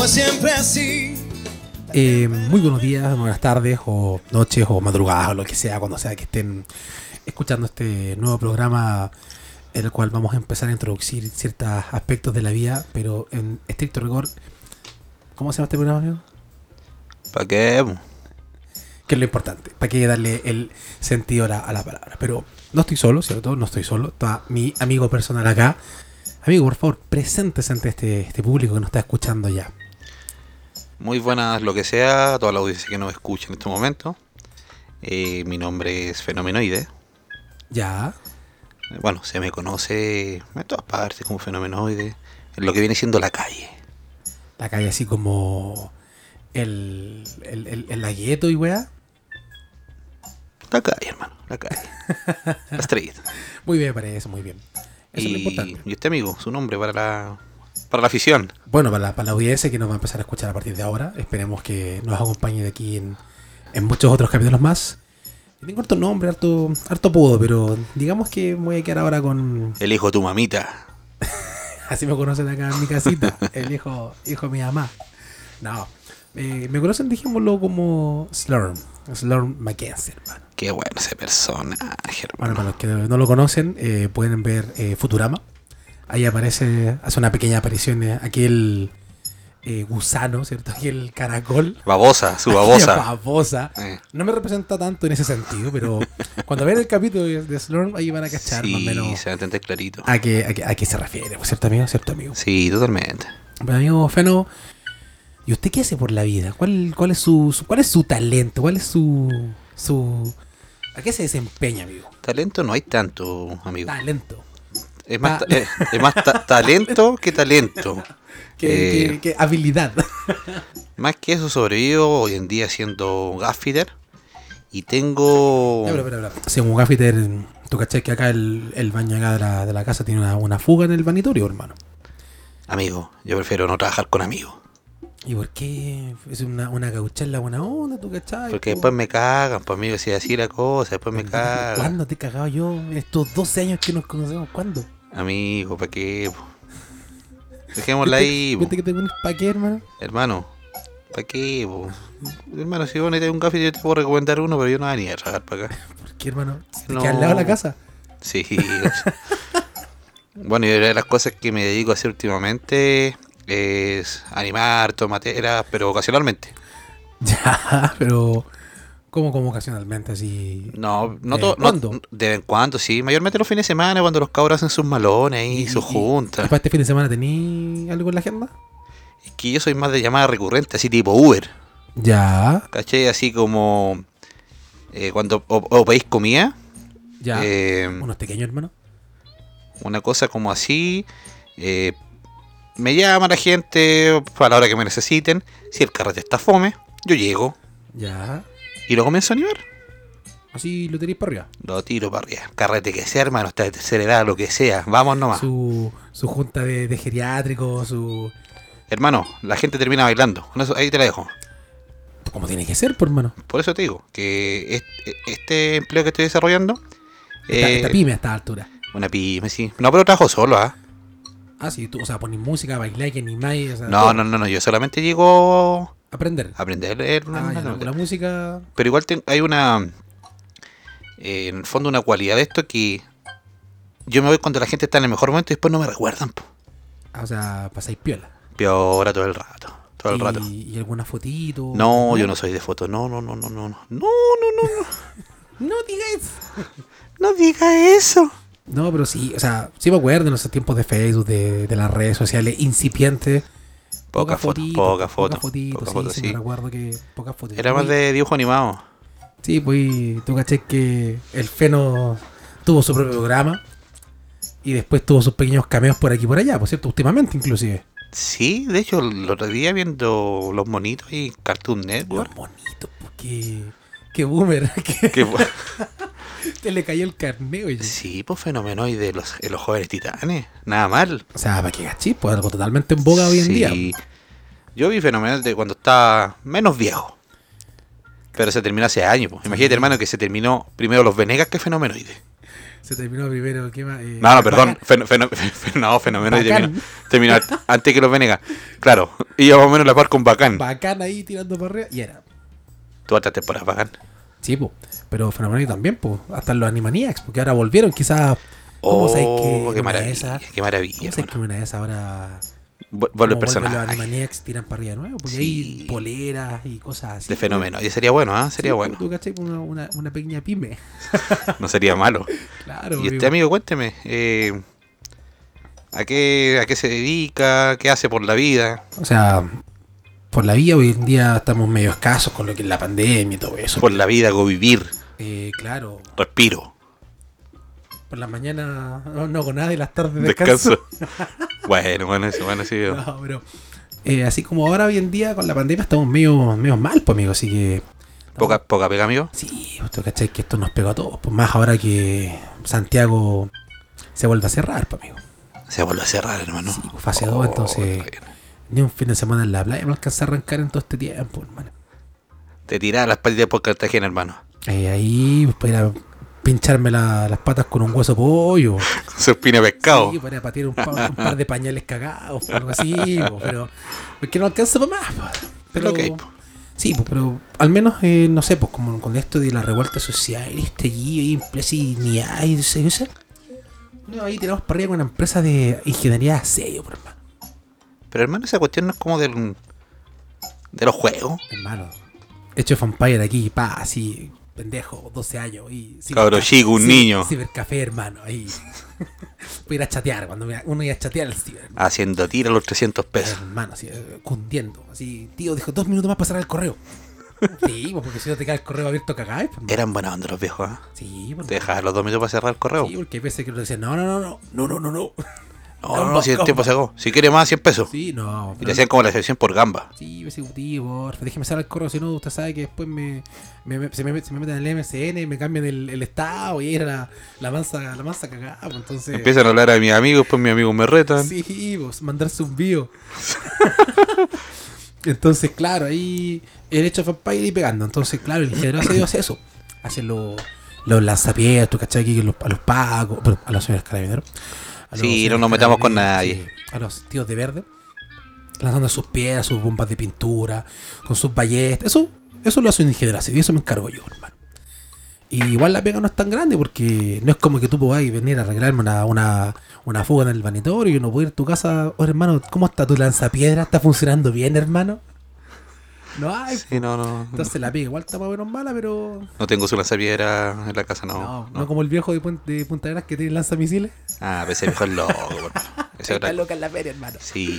fue siempre así. Muy buenos días, buenas tardes, o noches, o madrugadas, o lo que sea, cuando sea que estén escuchando este nuevo programa, en el cual vamos a empezar a introducir ciertos aspectos de la vida, pero en estricto rigor. ¿Cómo se llama este programa, amigo? ¿Para qué? Que es lo importante, para que darle el sentido a la palabra. Pero no estoy solo, ¿cierto? No estoy solo, está mi amigo personal acá. Amigo, por favor, preséntese ante este público que nos está escuchando ya. Muy buenas lo que sea, a toda la audiencia que nos escucha en este momento. Mi nombre es Fenomenoide. Ya. Bueno, se me conoce en todas partes como Fenomenoide, en lo que viene siendo la calle. La calle así como el lagueto y weá. La calle, hermano, la calle. La street. Muy bien, para eso, muy bien. Eso es lo importante. Y este amigo, su nombre para la afición. Bueno, para la audiencia que nos va a empezar a escuchar a partir de ahora, esperemos que nos acompañe de aquí en muchos otros capítulos más. Yo tengo harto nombre, harto apodo, pero digamos que me voy a quedar ahora con... El hijo de tu mamita. Así me conocen acá en mi casita, el hijo de mi mamá. No, me conocen, dijémoslo, como Slurm Mackenzie, hermano. Qué bueno ese personaje, Bueno, hermano. para los que no lo conocen, pueden ver Futurama. Ahí hace una pequeña aparición aquel gusano, ¿cierto? Aquel caracol. Babosa, su babosa. Babosa. No me representa tanto en ese sentido, pero cuando vean el capítulo de Slurm, ahí van a cachar más o Sí, menos se va a entender clarito. a qué se refiere, ¿cierto, amigo? ¿Cierto, amigo? Sí, totalmente. Pero, amigo Feno, ¿y usted qué hace por la vida? ¿Cuál es su talento? ¿Cuál es su ¿a qué se desempeña, amigo? Talento no hay tanto, amigo. Talento. Es más talento que talento. ¿Qué habilidad? Más que eso, sobrevivo hoy en día siendo gaffiter. Y tengo... Espera. Según Gaffiter, tú cachai que acá el baño acá de la casa tiene una fuga en el vanitorio, hermano. Amigo, yo prefiero no trabajar con amigos. ¿Y por qué? Es una gaucharla buena onda, tú cachai. Porque po? después me cagan, pues amigo, si así la cosa, después me cagan. ¿Cuándo te he cagado yo? En estos 12 años que nos conocemos, ¿cuándo? Amigo, ¿para qué? Po? Dejémosla ahí, po. ¿Viste que te pones pa' qué, hermano? Hermano. ¿Para qué, po? Hermano, si vos necesitas un gaffiter, yo te puedo recomendar uno, pero yo no voy a ni a trabajar para acá. ¿Por qué, hermano? ¿Te No. quedas al lado de la casa? Sí. Bueno, y una de las cosas que me dedico a hacer últimamente es animar tomateras, pero ocasionalmente. Ya, pero... ¿Cómo ocasionalmente así? No ¿Cuándo? de vez en cuando, sí. Mayormente los fines de semana, cuando los cabros hacen sus malones y sus juntas. ¿Para este fin de semana tení algo en la agenda? Es que yo soy más de llamada recurrente, así tipo Uber. Ya, ¿Cachai? Así como cuando o pedís comida. ya. eh, Unos pequeños, hermano. una cosa como así. Me llama la gente a la hora que me necesiten. Si el carrete está fome, yo llego Ya. y lo comienzo a animar. Así lo tenéis para arriba. Lo tiro para arriba. Carrete que sea, hermano, está de tercera edad, lo que sea. Vamos nomás. Su junta de geriátricos, su... Hermano, la gente termina bailando. Con eso, ahí te la dejo. Como tiene que ser, por hermano. Por eso te digo que este empleo que estoy desarrollando... Esta pyme a esta altura. Una pyme, sí. No, pero trabajo solo, ¿ah? Ah, sí, tú, o sea, pones música, bailáis, animáis, o sea, No, todo. no. Yo solamente llego Aprender. a aprender a leer. Ya, no, la música... Pero igual hay una... en el fondo una cualidad de esto que... Yo me voy cuando la gente está en el mejor momento y después no me recuerdan, po. o sea, pasáis piola. Peor todo el rato. Todo el rato. ¿Y alguna fotito? No, yo no soy de fotos. No. No diga eso. No diga eso. No, pero sí, o sea, sí me acuerdo en esos tiempos de Facebook, de las redes sociales incipientes. Poca foto, Sí, me recuerdo que pocas fotos. Era más de dibujo animado. Sí, pues tú caché que el Feno tuvo su propio programa y después tuvo sus pequeños cameos por aquí y por allá, por cierto, últimamente inclusive. Sí, de hecho, el otro día viendo los monitos y Cartoon Network. Los monitos, pues qué boomer, Que, te le cayó el carneo. Oye. sí, pues Fenomenoide de los jóvenes titanes. Nada mal. O sea, para que cachis, pues algo totalmente en boga hoy en día. Yo vi Fenomenoide cuando estaba menos viejo. Pero se terminó hace años. Pues. Imagínate, hermano, que se terminó primero Los Venegas que Fenomenoide. Se terminó primero, ¿qué más? No, perdón. Bacán. No, Fenómeno y Bacán. terminó antes que los Venegas. Claro, iba más o menos a la par con Bacán. Bacán ahí tirando para arriba y era. Tú otras temporadas Bacán. Sí, pues. Pero Fenómeno también, pues. Hasta los Animaniacs, porque ahora volvieron, quizás. ¿Cómo sabéis que qué una de maravilla, esas? qué maravilla, ¿Cómo sabéis que hermano. una de esas ahora Vuelve el como vuelven los personaje Animaniacs tiran para arriba de nuevo? Porque Sí. hay poleras y cosas así. de Fenómeno. Y sería bueno, ¿ah? Sería Sí, bueno. ¿Tú cachai? Una pequeña pyme. No sería malo. Claro, Y este amigo, cuénteme. ¿A qué se dedica? ¿Qué hace por la vida? O sea, por la vida hoy en día estamos medio escasos con lo que es la pandemia y todo eso. Por la vida hago vivir. Claro, Respiro. por las mañanas no hago nada y las tardes descanso. Descanso. Bueno, sí. No, pero así como ahora hoy en día con la pandemia estamos medio mal, pues amigo, así que... Poca pega, amigo. Sí, usted cachai que esto nos pegó a todos, pues más ahora que Santiago se vuelve a cerrar, pues amigo. Se vuelve a cerrar, hermano. Sí, pues, fase 2, entonces está bien. ni un fin de semana en la playa me alcanza a arrancar en todo este tiempo, hermano. Te tirás las patitas por Cartagena, hermano. Ahí, pues para ir a pincharme las patas con un hueso de pollo. Con su espina de pescado. Sí, para patear un par de pañales cagados, algo así, pues, pero es que no alcanza para más, pues. Pero Ok, pues. sí, pues, pero al menos, no sé, pues como con esto de la revuelta social, este allí, impresionidad y eso. No, ahí tiramos para arriba con una empresa de ingeniería de asedio, por hermano. Pero hermano, esa cuestión no es como de los juegos. Hermano, hecho Vampire aquí, así, pendejo, 12 años. Y Cabro chico, un niño. Cibercafé, hermano, ahí. Voy a ir a chatear, cuando uno iba a chatear al ciber. Hermano, Haciendo tira los 300 pesos. hermano así, cundiendo. Así, tío, dijo 2 minutos más para cerrar el correo. Sí, pues porque si no te queda el correo abierto, cagáis. Pues, Eran buena onda los viejos, ¿eh? sí, pues, Te dejaban los 2 minutos para cerrar el correo. sí, porque hay veces que uno decía, no. No, si el tiempo se acabó. Si quiere más, 100 pesos. Sí, no. Y te hacían como la selección por gamba. Sí, ejecutivo, porfa, déjeme cerrar el correo, si no, usted sabe que después se me meten en el MSN y me cambian el estado y era la mansa cagada, pues, entonces... Empiezan a hablar a mis amigos, después mis amigos me retan. Sí, pues, mandarse un bio. Entonces, claro, ahí el hecho fue para ir pegando. Entonces, claro, el ingeniero hace eso. Hace los lanzapiés, tú cachai aquí a los pagos, a los señores carabineros. Sí, no nos metamos con nadie. Sí, a los tíos de verde. Lanzando sus piedras, sus bombas de pintura, con sus ballestas. Eso lo hace un ingeniero así, y eso me encargo yo, hermano. Y igual la pega no es tan grande porque no es como que tú podáis venir a arreglarme una fuga en el vanitorio y uno puede ir a tu casa. Oh, hermano, ¿cómo está tu lanzapiedra? ¿Está funcionando bien, hermano? No hay. Sí, no. Entonces la pega igual está más o menos mala, pero... No tengo su lanzapiedra en la casa, no. No como el viejo de Punta Arenas que tiene lanzamisiles. Ah, ese viejo es loco, hermano. Ese Está otra... loca en la feria, hermano. Sí.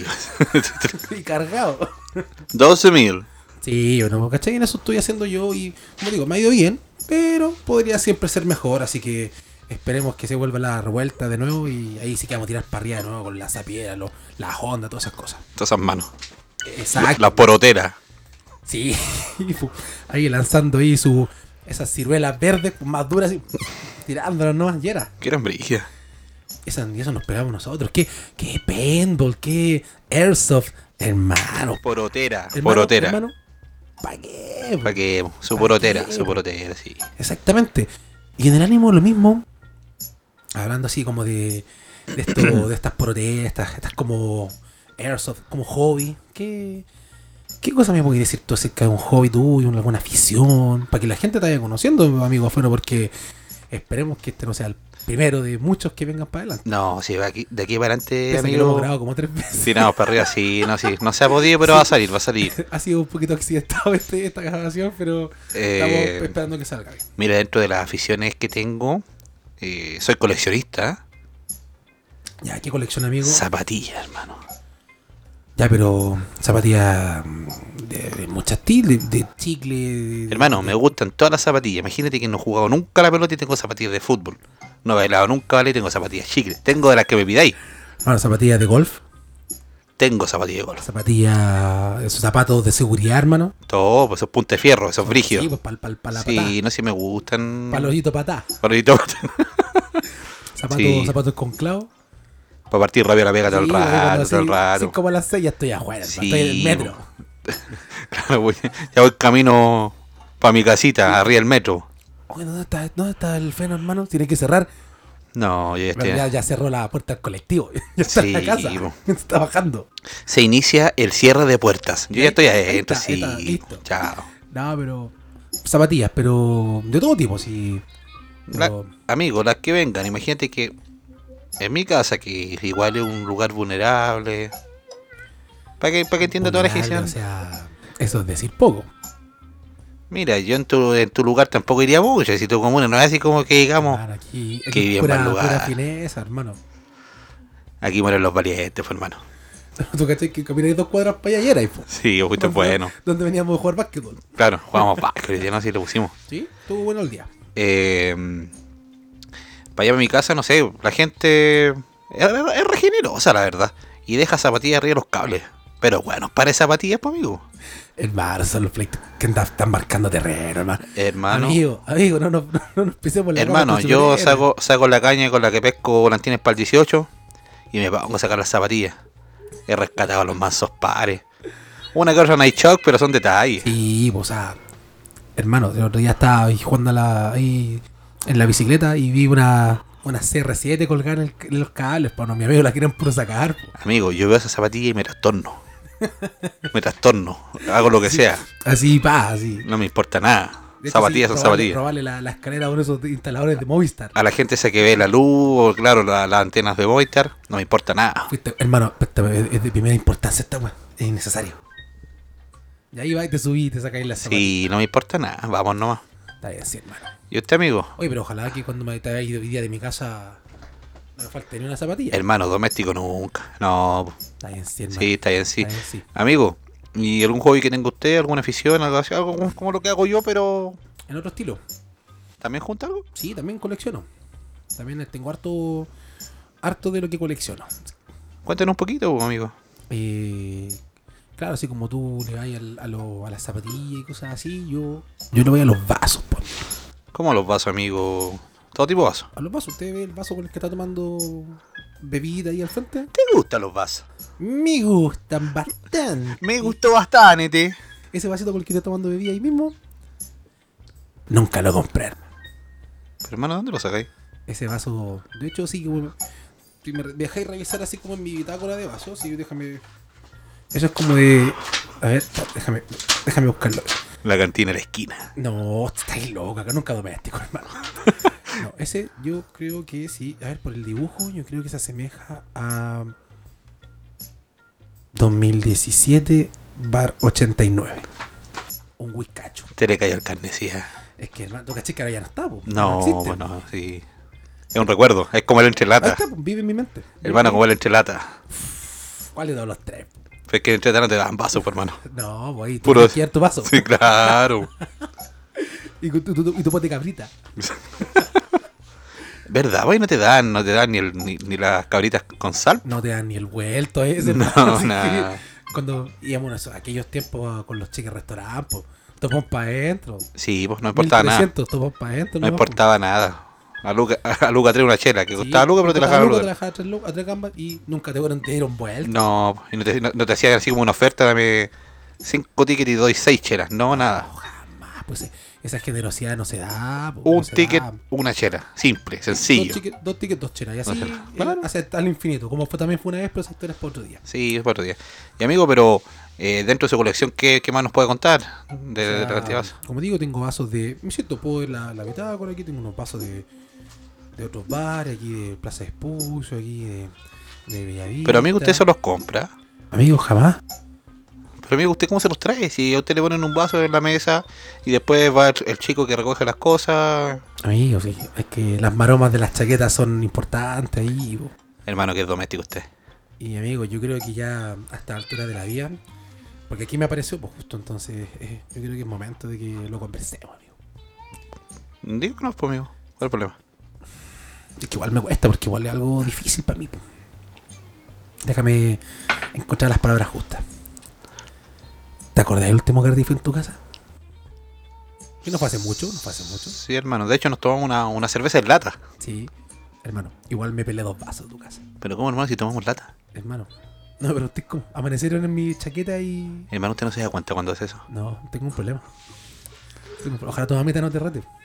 Y cargado. 12.000. Sí, bueno, ¿cachai? En eso estoy haciendo yo y, como digo, me ha ido bien, pero podría siempre ser mejor, así que esperemos que se vuelva la revuelta de nuevo y ahí sí que vamos a tirar para arriba de nuevo con la zapiera, las ondas, todas esas cosas. Todas esas manos. Exacto. La porotera. Sí, ahí lanzando ahí esas ciruelas verdes más duras, así, tirándolas nomás, y era. Que eran brígidas. Y eso nos pegamos nosotros. ¿Qué paintball? ¿Qué airsoft? Hermano. Porotera. Hermano, ¿para qué? ¿Para qué? Su ¿Pa' porotera, qué? sí. Exactamente. Y en el ánimo lo mismo. Hablando así como de esto, de estas protestas, estas como airsoft, como hobby. ¿Qué cosa me podrías decir tú acerca de un hobby tuyo, alguna afición? Para que la gente te vaya conociendo, amigo afuera, porque esperemos que este no sea el primero de muchos que vengan para adelante. No, sí, de aquí para adelante, Pese a que lo hemos amigo. grabado como 3 veces. Tiramos para arriba, sí. No se ha podido, pero va a salir. Ha sido un poquito accidentado esta grabación, pero estamos esperando que salga bien. Mira, dentro de las aficiones que tengo, soy coleccionista. Ya, ¿qué colección, amigo? Zapatillas, hermano. Ya, pero zapatillas de muchas de chicle. Hermano, me gustan todas las zapatillas. Imagínate que no he jugado nunca a la pelota y tengo zapatillas de fútbol. No he bailado nunca, ¿vale? Tengo zapatillas chicle. Tengo de las que me pidáis. Bueno, zapatillas de golf. Tengo zapatillas de golf. Zapatillas, esos zapatos de seguridad, hermano. Todo, pues esos punta de fierro, esos brígidos. Sí, pues para la patada. Sí, no sé si me gustan. Para el hoyito patá. Palito Zapatos con clavo. Para partir rabia la pega todo el Sí, rato, todo el rato. Así como a las 6 ya estoy afuera, Sí. estoy en el metro. Claro, ya voy camino para mi casita, arriba del metro. Oye, ¿dónde está el freno, hermano? Tiene que cerrar No, yo ya Pero estoy... ya cerró la puerta al colectivo. Ya está en la Sí, casa. po. Está bajando. Se inicia el cierre de puertas. Yo ya estoy Ahí adentro, está, ahí está, sí. listo. Chao. No, pero. Zapatillas, pero. De todo tipo, sí. Pero. Amigos, las que vengan, imagínate que en mi casa, que igual es un lugar vulnerable, para que entienda toda la vulnerable, gente. o sea, eso es decir poco. Mira, yo en tu lugar tampoco iría mucho. Si tu comuna no es así como que digamos, Hermano, aquí que es bien mal lugar. pura fineza, hermano. Aquí mueren los valientes, pues, hermano. Tú cachai que camináis 2 cuadras para allá y era ahí, po. Sí, fuiste bueno. Donde veníamos a jugar básquetbol. Claro, jugamos básquet, ya no sé si lo pusimos. Sí, estuvo bueno el día. Para allá a mi casa, no sé, la gente es re generosa, la verdad. Y deja zapatillas arriba de los cables. Pero bueno, para zapatillas, pues, amigo. Hermano, son los pleitos que están marcando terreno, hermano. Hermano, Amigo, no nos pisemos la hermano, cama con yo superhéroes. saco la caña con la que pesco volantines para el 18 y me pongo a sacar las zapatillas. He rescatado a los mansos pares. Una que otra Night Shock, pero son detalles. Sí, pues, o sea, hermano, el otro día estaba ahí jugando ahí en la bicicleta y vi una CR7 colgada en los cables, pues no, mi amigo la quieren puro sacar, pues. Amigo, yo veo esa zapatilla y me trastorno. Me trastorno. Hago lo que sea. Así, así. No me importa nada. De hecho, Zapatillas sí, son zapatillas. robarle la escalera a uno de esos instaladores de Movistar. A la gente esa que ve la luz, o claro, las antenas de Movistar, no me importa nada. Hermano, es de primera importancia esta weá. Es innecesario. Y ahí va y te subí y te sacáis la zapatillas. Sí, no me importa nada. Vamos nomás. Está bien, sí, hermano. ¿Y usted, amigo? Oye, pero ojalá que cuando te haya ido hoy día de mi casa no me falte ni una zapatilla. Hermano, doméstico nunca. No. Está bien, sí, hermano. Sí, está bien, sí. Está bien, sí. Amigo, ¿y algún hobby que tenga usted? ¿Alguna afición? Algo así? Algo como lo que hago yo, pero En otro estilo. ¿también junta algo? Sí, también colecciono. También tengo harto de lo que colecciono. Cuéntanos un poquito, amigo. Claro, así como tú le vas a las zapatillas y cosas así, yo le voy a los vasos, po. ¿Cómo los vasos, amigo? Todo tipo de vasos. A los vasos, ¿usted ve el vaso con el que está tomando bebida ahí al frente? ¿Te gustan los vasos? Me gustan bastante. Me gustó bastante. Ese vasito con el que está tomando bebida ahí mismo, nunca lo compré. Pero hermano, ¿dónde lo sacáis? Ese vaso, de hecho, sí, como, si me dejáis revisar así como en mi bitácora de vasos, sí, déjame. Eso es como de. A ver, déjame buscarlo. La cantina de la esquina. No, estáis loca, acá nunca doméstico, hermano. No, ese yo creo que sí. A ver, por el dibujo, yo creo que se asemeja a 2017 bar 89. Un whiskacho. Te le cayó el carnecía. Es que, hermano, ¿tú caché que ahora ya no está, po? No, existe. bueno, sí. Es un recuerdo. Es como el Ahí entrelata. está, po, vive en mi mente. Hermano, como el entrelata. ¿Cuál de todos los tres? Pero es que el entrelata no te dan vasos, pues, hermano. No, voy, tú Puro- tienes que dar tu vaso. Sí, claro. Y tu pote cabrita. ¿Verdad, güey? No te dan ni las cabritas con sal. No te dan ni el vuelto ese. No, hermano, así nada. que cuando íbamos a aquellos tiempos con los cheques restaurantes, pues, topamos para adentro. Sí, pues no importaba nada. 1300, topamos para adentro. No importaba nada. A Luca trae una chela que costaba Luca, pero te la dejaban Luca. Te Luca. la dejaban a 3 gambas y nunca te dieron vuelta. No, y no te hacían así como una oferta, dame 5 tickets y doy 6 chelas. No, nada. No, jamás, pues esa generosidad no se da. Pues, Un no se ticket, da. una chela. Simple, sencillo. Dos tickets, 2 chelas. Y así, Dos chelas. Claro. hasta el infinito. Como también fue una vez, pero esa historia es para otro día. Sí, es para otro día. Y amigo, pero dentro de su colección, ¿qué más nos puede contar de O sea, relativas? como digo, tengo vasos de. Me siento, puedo ver la bitácora aquí. Tengo unos vasos de otros bares, aquí de Plaza Espucio, aquí de Bellavista. Pero amigo, usted se los compra. Amigo, jamás. Pero amigo, ¿usted cómo se los trae? Si a usted le ponen un vaso en la mesa y después va el chico que recoge las cosas. Amigo, sí, es que las maromas de las chaquetas son importantes ahí. Po. Hermano, que es doméstico usted. Y amigo, yo creo que ya a esta altura de la vida, porque aquí me apareció, pues justo entonces, yo creo que es momento de que lo conversemos, amigo. Digo que no, pues amigo. ¿Cuál es el problema? Es que igual me cuesta, porque igual es algo difícil para mí. Po. Déjame encontrar las palabras justas. ¿Te acordás del último Cardiff en tu casa? Que no fue hace mucho, Sí, hermano. De hecho, nos tomamos una cerveza en lata. Sí, hermano, igual me peleé 2 vasos en tu casa. Pero ¿cómo, hermano, si tomamos lata? Hermano, no, pero usted como amanecieron en mi chaqueta y... Hermano, usted no se da cuenta cuando hace eso. No, tengo un problema. Ojalá tu mamita no te rate.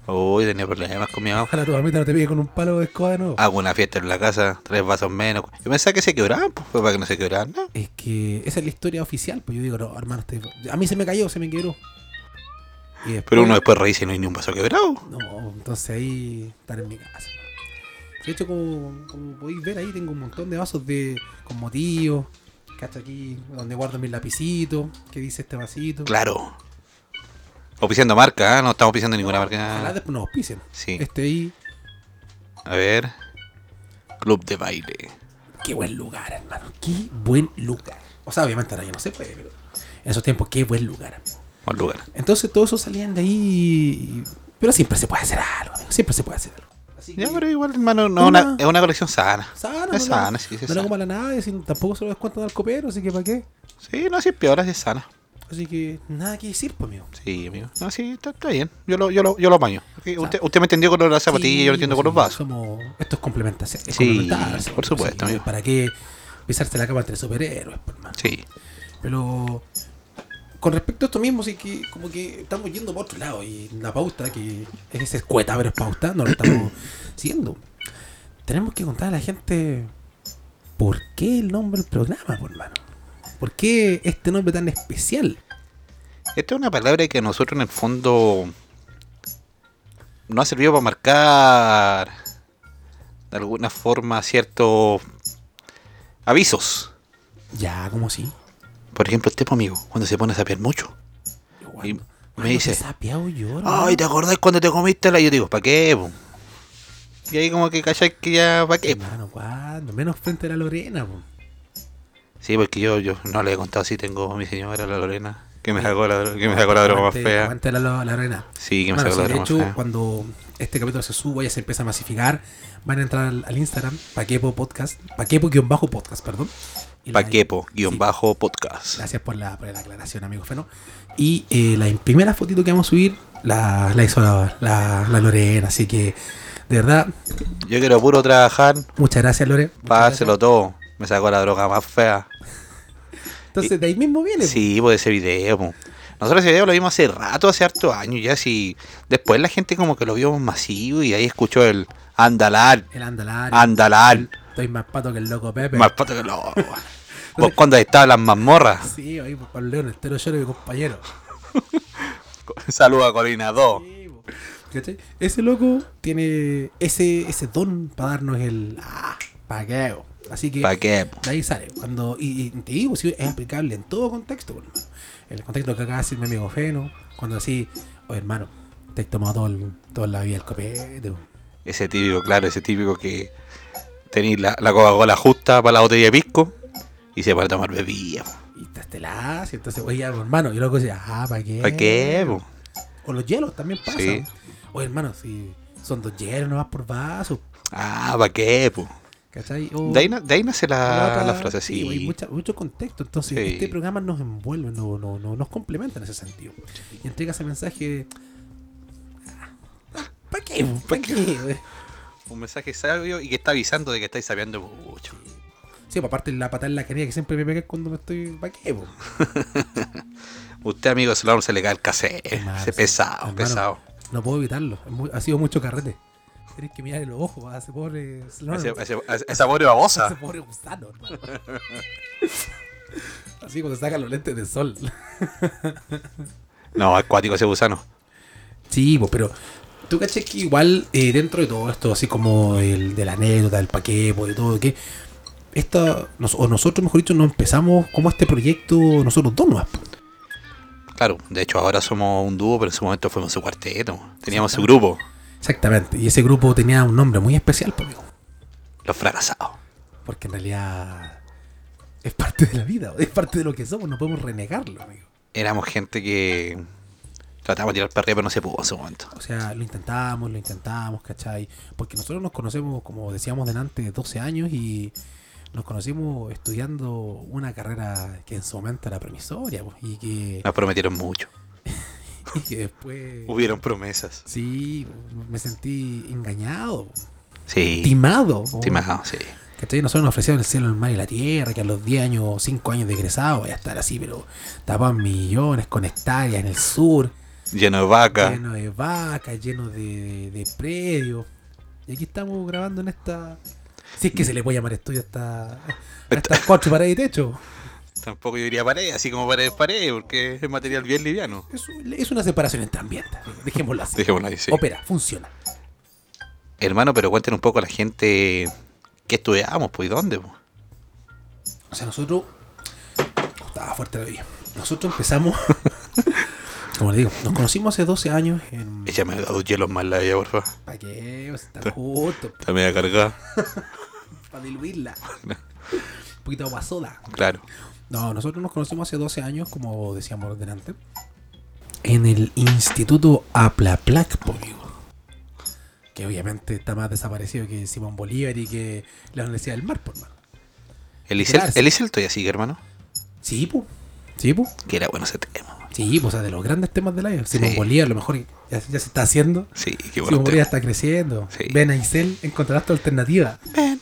Uy, tenía problemas con mi mamá. Ojalá tu mamita no te pegue con un palo de escoba de nuevo. Hago una fiesta en la casa, 3 vasos menos. Yo pensaba que se quebraban, pues fue para que no se quebraran, ¿no? Es que esa es la historia oficial, pues yo digo, no, hermano, a mí se me cayó, se me quebró. Y después, Pero uno después reír si no hay ni un vaso quebrado. no, entonces ahí están en mi casa. De hecho, como podéis ver ahí, tengo un montón de vasos con motivos. Cacha aquí, donde guardo mis lapicitos. ¿Qué dice este vasito? Claro. Auspiciando marca, ¿eh? No estamos auspiciando ninguna Ojalá marca. después nos auspicien. Sí. Este ahí, A ver. Club de baile. qué buen lugar, hermano. Qué buen lugar. O sea, obviamente ahora ya no se puede, pero en esos tiempos, qué buen lugar. Buen lugar. Entonces todos esos salían de ahí. Pero siempre se puede hacer algo, amigo. Siempre se puede hacer algo. Así Ya, que, pero igual, hermano, no, Una- es una colección sana. sana, Es sana, sí, sí, es no le sana. como a la nada, tampoco se lo descuentan al copero, así que ¿para qué? Sí, no, sí es peor, así es sana. Así que nada que decir, pues, amigo. Sí, amigo. No, sí, está bien. Yo lo apaño. Porque usted me entendió con lo de las zapatillas, yo lo entiendo con los vasos. Esto es complementación. Es Sí, complementarse, por supuesto, amigo. ¿Para qué pisarse la cama entre superhéroes, pues, hermano? Sí. Pero con respecto a esto mismo, sí que como que estamos yendo por otro lado. Y la pauta, que es ese escueta, pero es pauta, no lo estamos siguiendo. Tenemos que contar a la gente por qué el nombre del programa, pues, hermano. ¿Por qué este nombre tan especial? Esta es una palabra que a nosotros en el fondo nos ha servido para marcar de alguna forma ciertos avisos. Ya, como sí. Por ejemplo, este amigo, cuando se pone a sapear mucho. Y me dice, ¿Te he sapeado yo, hermano? ay, ¿te acordás cuando te comiste la? Y yo digo, ¿para qué? Po? Y ahí como que cachai que ya, ¿para qué? Po? Hermano, ¿cuándo? Menos frente a la Lorena, po. Sí, porque yo no le he contado si tengo a mi señora, la Lorena, que me sacó la droga más fea. Aguante la Lorena. Sí, que me Bueno, sacó la sí, de droga más hecho, fea. cuando este capítulo se suba y se empieza a masificar, van a entrar al Instagram, Paquepo-podcast, Paquepo-podcast, perdón. Y la- Paquepo-podcast. Gracias por la aclaración, amigo Feno. Y la primera fotito que vamos a subir la hizo la Lorena, así que, de verdad, Yo quiero puro trabajar, muchas gracias, Lore. Muchas para dárselo gracias. todo. Me sacó la droga más fea. Entonces, de ahí mismo viene. Sí, pues ese video, po. Nosotros ese video lo vimos hace rato, hace hartos años ya, sí. Después la gente como que lo vio masivo y ahí escuchó el andalar, El andalar. andalar. Estoy más pato que el loco Pepe. Más pato que lo. Pues cuando estaban las mazmorras. Sí, ahí pues, con León, Estero Lloro, mi compañero. Saluda a Corina 2. Sí, po. ¿Cachai? Ese loco tiene ese don para darnos el paqueo. Así que ¿Para qué? Po? de ahí sale. Y te digo, sí, es aplicable en todo contexto, por hermano. En el contexto que acaba de decir mi amigo Feno, cuando así, oye hermano, te has tomado toda la vida el copete. Ese típico, claro, ese típico que tenéis la Coca-Cola justa para la botella de pisco y se para tomar bebida. Y te las y entonces, oye, hermano, y luego dice, ¿para qué? ¿Para qué? Po? O los hielos también pasa. Sí. Oye, hermano, si son 2 hielos, no vas por vaso. ¿Para qué? Po? ¿Cachai? O, De ahí nace la otra- frase así. Hay mucho contexto. Entonces, Sí. este programa nos envuelve, nos complementa en ese sentido. Y entrega ese mensaje. ¿Para qué? ¿Para qué? Un mensaje sabio y que está avisando de que estáis sabiendo mucho. Sí, pues, aparte la patada en la canilla que siempre me pega cuando me estoy. ¿Para qué? Po? Usted, amigo, se le cae el cassette. Hermano, Ese sí. pesado, Hermano, pesado. No puedo evitarlo. Ha sido mucho carrete. Tienes que mirar los ojos a ese pobre. Esa pobre babosa. Ese pobre gusano, hermano. Así cuando sacan los lentes de sol. No, acuático ese gusano. Sí, pues, pero tú caché que igual dentro de todo esto, así como el de la anécdota, del paquete, de todo, que nosotros, mejor dicho, no empezamos como este proyecto nosotros dos nomás. Claro, de hecho ahora somos un dúo, pero en su momento fuimos su cuarteto. Teníamos su grupo, Exactamente, y ese grupo tenía un nombre muy especial, pues, amigo, Los Fracasados. porque en realidad es parte de la vida, es parte de lo que somos, no podemos renegarlo, amigo. Éramos gente que tratamos de tirar para arriba, pero no se pudo en su momento. O sea, lo intentamos, ¿cachai? Porque nosotros nos conocemos, como decíamos delante, 12 años y nos conocimos estudiando una carrera que en su momento era promisoria, pues, y Nos prometieron mucho. que después... Hubieron promesas. Sí, me sentí engañado, Sí. timado. Timado, sí. ¿Cachai? Nosotros nos ofrecieron el cielo, el mar y la tierra, que a los 10 años, 5 años de egresado, vaya a estar así, pero tapaban millones con hectáreas en el sur. Lleno de vaca. lleno de vacas, lleno de predios. Y aquí estamos grabando en esta... Si es que se le puede llamar estudio a estas 4 paredes de techo. Tampoco yo diría pared, así como pared, porque es material bien liviano. Es una separación entre ambientes. Dejémoslo así. Dejémoslo ahí, sí. Opera, funciona. Hermano, pero cuéntenos un poco a la gente qué estudiamos, pues, y dónde, pues. O sea, nosotros... Estaba fuerte la vida. Nosotros empezamos... Como le digo, nos conocimos hace 12 años en... Échame 2 hielos más la vida, por favor. ¿Para qué? O sea, está justo. Está media cargada. Para diluirla. Un poquito de agua soda. Claro. No, nosotros nos conocimos hace 12 años, como decíamos delante, en el Instituto Aplaplac, po, amigo. Que obviamente está más desaparecido que Simón Bolívar y que la Universidad del Mar, por mano. El Isel todavía sigue, hermano. Sí, pues. Sí, pues. Que era bueno ese tema. Sí, pues, o sea, de los grandes temas de la vida. Simón Sí. Bolívar, a lo mejor ya se está haciendo. Sí, qué Simón bueno Bolívar tema. está creciendo. Sí. Ven a Isel, encontrarás tu alternativa. Ven,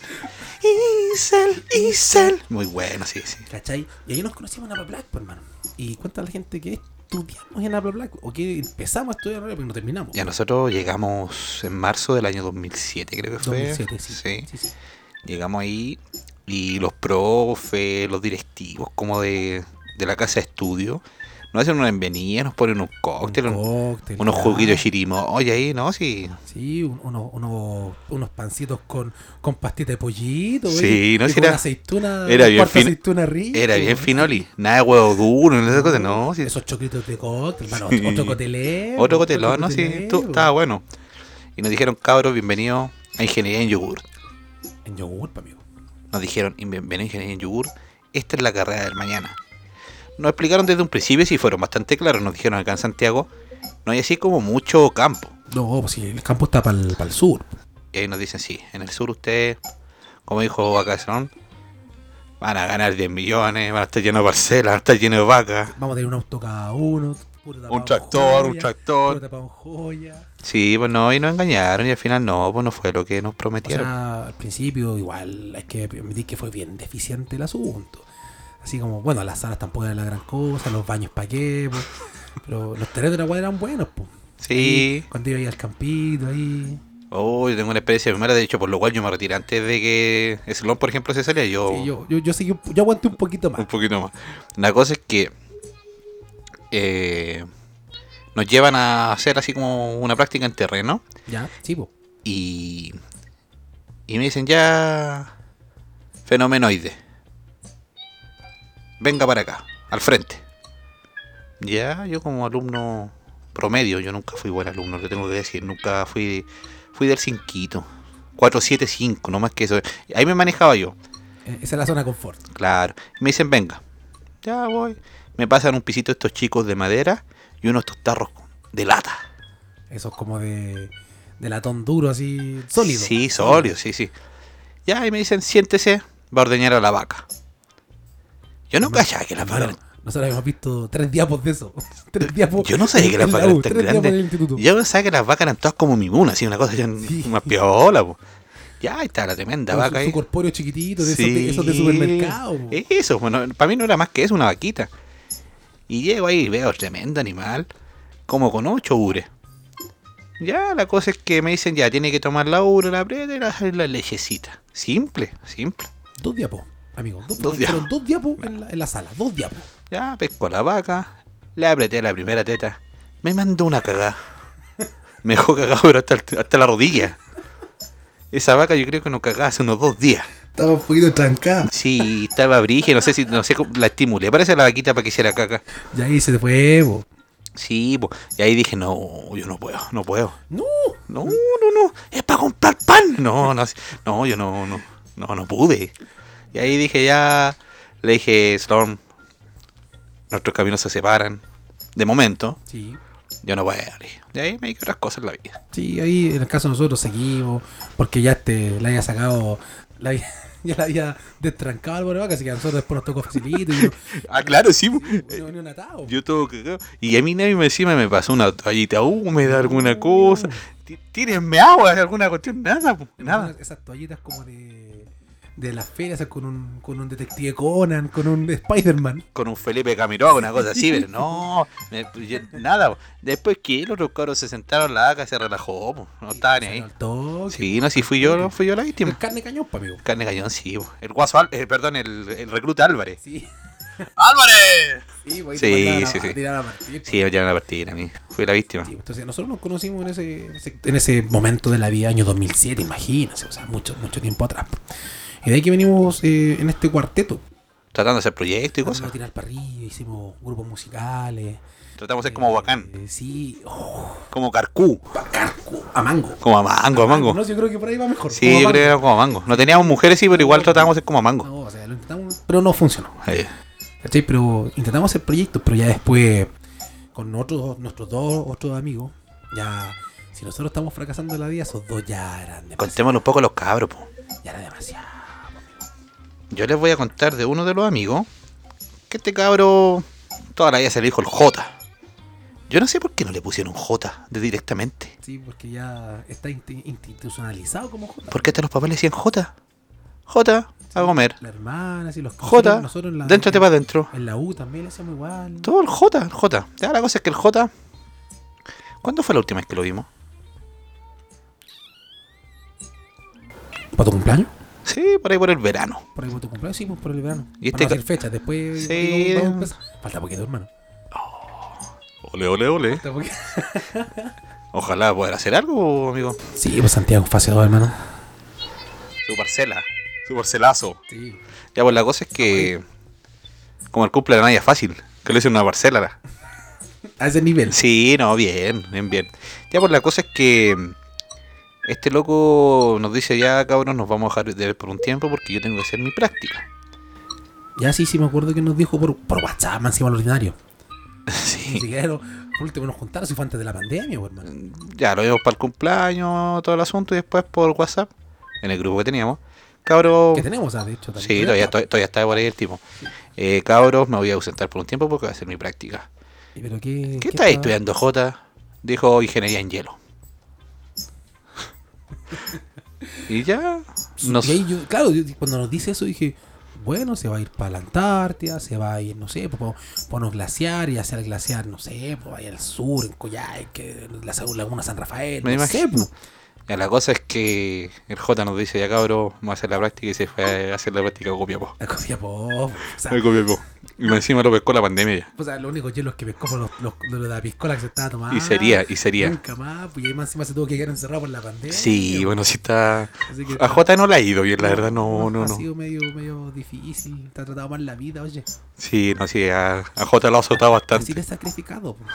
Isel. Muy bueno, sí, sí. ¿Cachai? Y ahí nos conocimos en Aplaplac, pues, hermano. Y cuéntale a la gente que estudiamos en Aplaplac o que empezamos a estudiar porque no terminamos. Ya nosotros llegamos en marzo del año 2007, creo que fue. 2007, sí. Llegamos ahí y los profes, los directivos como de la casa de estudio nos hacen una bienvenida, nos ponen un cóctel, unos juguitos de chirimoya ahí, ¿no? Sí. Sí, unos pancitos con pastita de pollito, Sí, no, y si con era- aceituna, era bien cuarta fino. aceituna rica. Era bien finoli, nada de huevo duro, no esas cosas, no. Sí. Esos chocritos de cóctel, hermano, Sí. otro cotelero. Otro cotelón, ¿no? Sí, estaba bueno. Y nos dijeron, cabros, bienvenidos a Ingeniería en Yogur. En yogur, pa, amigo. Nos dijeron, bienvenidos a Ingeniería en Yogur, esta es la carrera del mañana. Nos explicaron desde un principio, y fueron bastante claros, nos dijeron acá en Santiago, no hay así como mucho campo. No, pues sí, el campo está para el sur. Y ahí nos dicen, sí, en el sur ustedes, como dijo Vacación, van a ganar 10 millones, van a estar llenos de parcelas, van a estar llenos de vacas. Vamos a tener un auto cada uno. Puro tapado Un en tractor, un joya, tractor. puro tapado en joya. Sí, pues no, y nos engañaron y al final no, pues no fue lo que nos O prometieron. sea, al principio igual hay que admitir que fue bien deficiente el asunto. Así como, bueno, las salas tampoco eran la gran cosa, los baños pa' qué, po. Pero los terrenos de la guay eran buenos, pues. Sí. Cuando iba ahí al campito, ahí. Oh, yo tengo una experiencia muy mala, de hecho, por lo cual yo me retiré antes de que Slon, por ejemplo, se salía. Sí, yo seguí, yo aguanté un poquito más. Un poquito más. La cosa es que nos llevan a hacer así como una práctica en terreno Ya, sí, pues. y me dicen ya, fenomenoide, venga para acá, al frente. Ya, yo como alumno promedio, yo nunca fui buen alumno, le tengo que decir, nunca fui del cinquito, 475, no más que eso. Ahí me manejaba yo, Esa es la zona de confort. claro. Me dicen, venga, ya voy. Me pasan un pisito estos chicos de madera y unos tostarros de lata. Eso es como de latón duro, así, sólido. Sí, sólido, sí, sí. Ya, y me dicen, siéntese, va a ordeñar a la vaca. Yo no cachaba que las vacas Hermano, nosotros habíamos visto 3 diapos de eso. 3 diapos. Yo no sabía que las en la vacas eran U, tan 3 diapos en el grandes. instituto. Yo pensaba que las vacas eran todas como mimuna, así, una cosa ya Sí. más piola, po. Ya, ahí está la tremenda Con vaca su ahí. corpóreo chiquitito, de Sí. esos de supermercado. Po. Eso, bueno, para mí no era más que eso, una vaquita. Y llego ahí y veo tremendo animal, como con 8 ures. Ya, la cosa es que me dicen, ya, tiene que tomar la ura, la aprieta y la lechecita. Simple, simple. 2 diapos, amigo. Dos diapos. Fueron 2 diapos en la sala. 2 diapos. Ya, pesco a la vaca, le apreté la primera teta. Me mandó una cagada. Me dejó cagado, pero hasta la rodilla. Esa vaca yo creo que no cagaba hace unos 2 días. Estaba un poquito trancada. Sí, estaba brígida, no sé cómo la estimulé. Parece la vaquita para que hiciera caca. Y ahí se te fue, po. Sí, po. Y ahí dije, no, yo no puedo. No. No, es para comprar pan. No, yo no pude. Y ahí dije, ya, le dije, Storm, nuestros caminos se separan. De momento, Sí. yo no puedo. Le dije. Y ahí me dediqué a otras cosas en la vida. Sí, ahí en el caso de nosotros seguimos. Porque ya la había sacado. Ya la había destrancado al vaca, así que a nosotros después nos tocó facilito. Y Ah, claro, sí. no ni un atado. Yo todo cagado. Y a mí nadie encima me pasó una toallita húmeda, alguna cosa. Tírenme agua, alguna cuestión, nada, po, nada. Esas toallitas como de de las ferias con un detective Conan, con un Spider-Man. Con un Felipe Camiroaga, una cosa así, pero no, nada. Después que los otros cabros se sentaron en la vaca y se relajó, po, no estaba ni ahí. Sí, no, si fui yo la víctima. El carne cañón, pa, amigo. Carne cañón, sí, po. El guaso, perdón, el recluta Álvarez. Sí. ¡Álvarez! Sí, pues, Sí, a tirar a partir. Sí, me tiraron a partir a mí. Fui la víctima. Sí, entonces nosotros nos conocimos en ese momento de la vida, año 2007, imagínense, o sea, mucho tiempo atrás. Y de ahí que venimos en este cuarteto. Tratando de hacer proyectos y Tratando de cosas. tirar parrilla, hicimos grupos musicales. Tratamos de ser como bacán. Sí. Como carcú. A mango. Como a mango. No, yo creo que por ahí va mejor. Sí, yo creo que era como a mango. No teníamos mujeres, sí, pero igual tratábamos de ser como a mango. No, o sea, lo intentamos, pero no funcionó. Ahí. ¿Cachai? Pero intentamos hacer proyectos, pero ya después, con nuestros dos otros amigos, ya, si nosotros estamos fracasando en la vida, esos dos ya eran demasiado. Contémosle un poco a los cabros, po. Ya era demasiado. Yo les voy a contar de uno de los amigos que este cabro toda la vida se le dijo el J. Yo no sé por qué no le pusieron J directamente. Sí, porque ya está institucionalizado como J. ¿Por qué hasta los papás le decían J? J, a comer. La hermana, sí, los J, nosotros en la, déntrate para adentro. En la U también le hacíamos igual. Todo el J. Ya, la cosa es que el J... ¿Cuándo fue la última vez que lo vimos? ¿Para tu cumpleaños? Sí, por ahí por el verano. Por ahí por tu cumpleaños, sí, pues por el verano. ¿Y Para este no hacer fechas, después sí. vamos a empezar. Falta poquito, hermano. Ole. Falta poquito. Ojalá poder hacer algo, amigo. Sí, pues Santiago, fase 2, hermano. Su parcela. Su parcelazo. Sí. Ya, pues la cosa es que... Como el cumple de nadie es fácil. Que le hice una parcela. A ese nivel. Sí, no, bien. Ya, pues la cosa es que... Este loco nos dice, ya cabros, nos vamos a dejar de ver por un tiempo porque yo tengo que hacer mi práctica. Ya sí, me acuerdo que nos dijo por WhatsApp, más encima al ordinario. Ni Sí. siquiera por último nos juntaron, si fue antes de la pandemia, pues, hermano. Ya, lo vimos para el cumpleaños, todo el asunto, y después por WhatsApp, en el grupo que teníamos. Cabros... Que tenemos, de hecho, también. Sí, todavía está por ahí el tipo. Cabros, me voy a ausentar por un tiempo porque voy a hacer mi práctica. ¿Pero ¿Qué estás estudiando, J? Dijo ingeniería en hielo. Y ya... Y ahí yo, claro, cuando nos dice eso dije, bueno, se va a ir para la Antártida, se va a ir, no sé, para unos glaciares, y hacer el glaciar, no sé, pues ahí al sur, en Coyhaique, la Laguna San Rafael, Me no sé, imagino. pues. Ya, la cosa es que el J nos dice, ya cabros, vamos a hacer la práctica, y se fue a hacer la práctica a Copiapó. La Copiapó, o sea, A Copiapó. Y encima lo pescó la pandemia ya. o sea, los únicos hielos que pescó fueron de la piscola que se estaba tomando. Y sería. Nunca más, pues y ahí más encima se tuvo que quedar encerrado por la pandemia. Sí, bueno, sí está... Así que A J no le ha ido bien, la verdad, no. Ha sido medio difícil, te ha tratado mal la vida, oye. Sí, no, sí, a J lo ha azotado Así bastante. te he sacrificado, pues.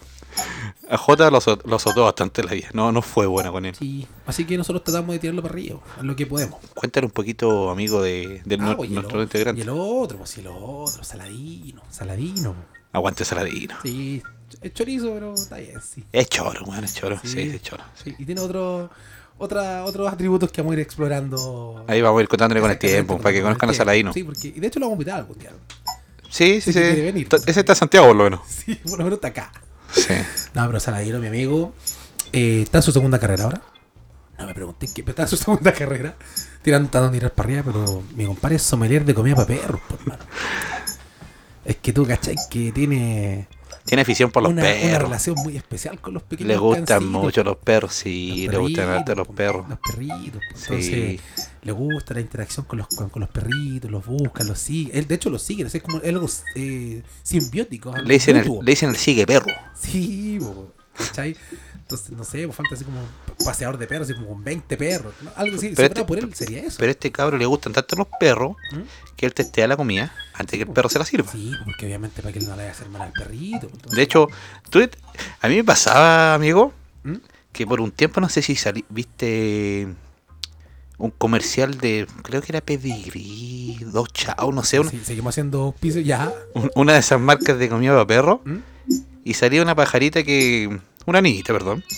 A J lo azotó bastante la vida, no fue buena con él. Sí, así que nosotros tratamos de tirarlo para arriba, a lo que podemos. Cuéntale un poquito, amigo, de Pues, nuestro integrante. Y el otro, pues el otro, Saladino. Aguante Saladino. Sí, es chorizo, pero está bien, sí. Es choro, weón, es choro. Sí, es choro. Sí, y tiene otros atributos que vamos a ir explorando. Ahí vamos a ir contándole con el tiempo, para que conozcan a Saladino. Sí, porque, y de hecho lo vamos a invitar algún día. Sí. Sí, quiere venir. Ese está en Santiago, por lo menos. Sí, por lo menos está acá. Sí. No, pero Saladino, mi amigo, está en su segunda carrera ahora. No me pregunté qué, pero está en su segunda carrera. Tratando de tirar para arriba, pero mi compadre es sommelier de comida para perros, por hermano. Es que tú, ¿cachai? Que tiene afición por los una perros. relación muy especial con los pequeños. Le gustan cancitos. mucho los perros, sí, le gustan harto los perros. Los perritos. Sí. Entonces, le gusta la interacción con los perritos, los busca, los sigue. Él, de hecho, los sigue, es como algo simbiótico. Le dicen el sigue perro. Sí, ¿cachai? Entonces, no sé, falta así como paseador de perros, así como con 20 perros. ¿No? Algo así, si fuera por él sería eso. Pero a este cabro le gustan tanto los perros que él testea la comida antes que el perro se la sirva. Sí, porque obviamente para que él no le vaya a hacer mal al perrito. Entonces, De hecho, a mí me pasaba, amigo, ¿Mm? que por un tiempo, no sé si viste un comercial de, creo que era Pedigree, Dos Chao, no sé, sí, seguimos haciendo pisos ya. una de esas marcas de comida para perros, ¿Mm? y salía una pajarita una niñita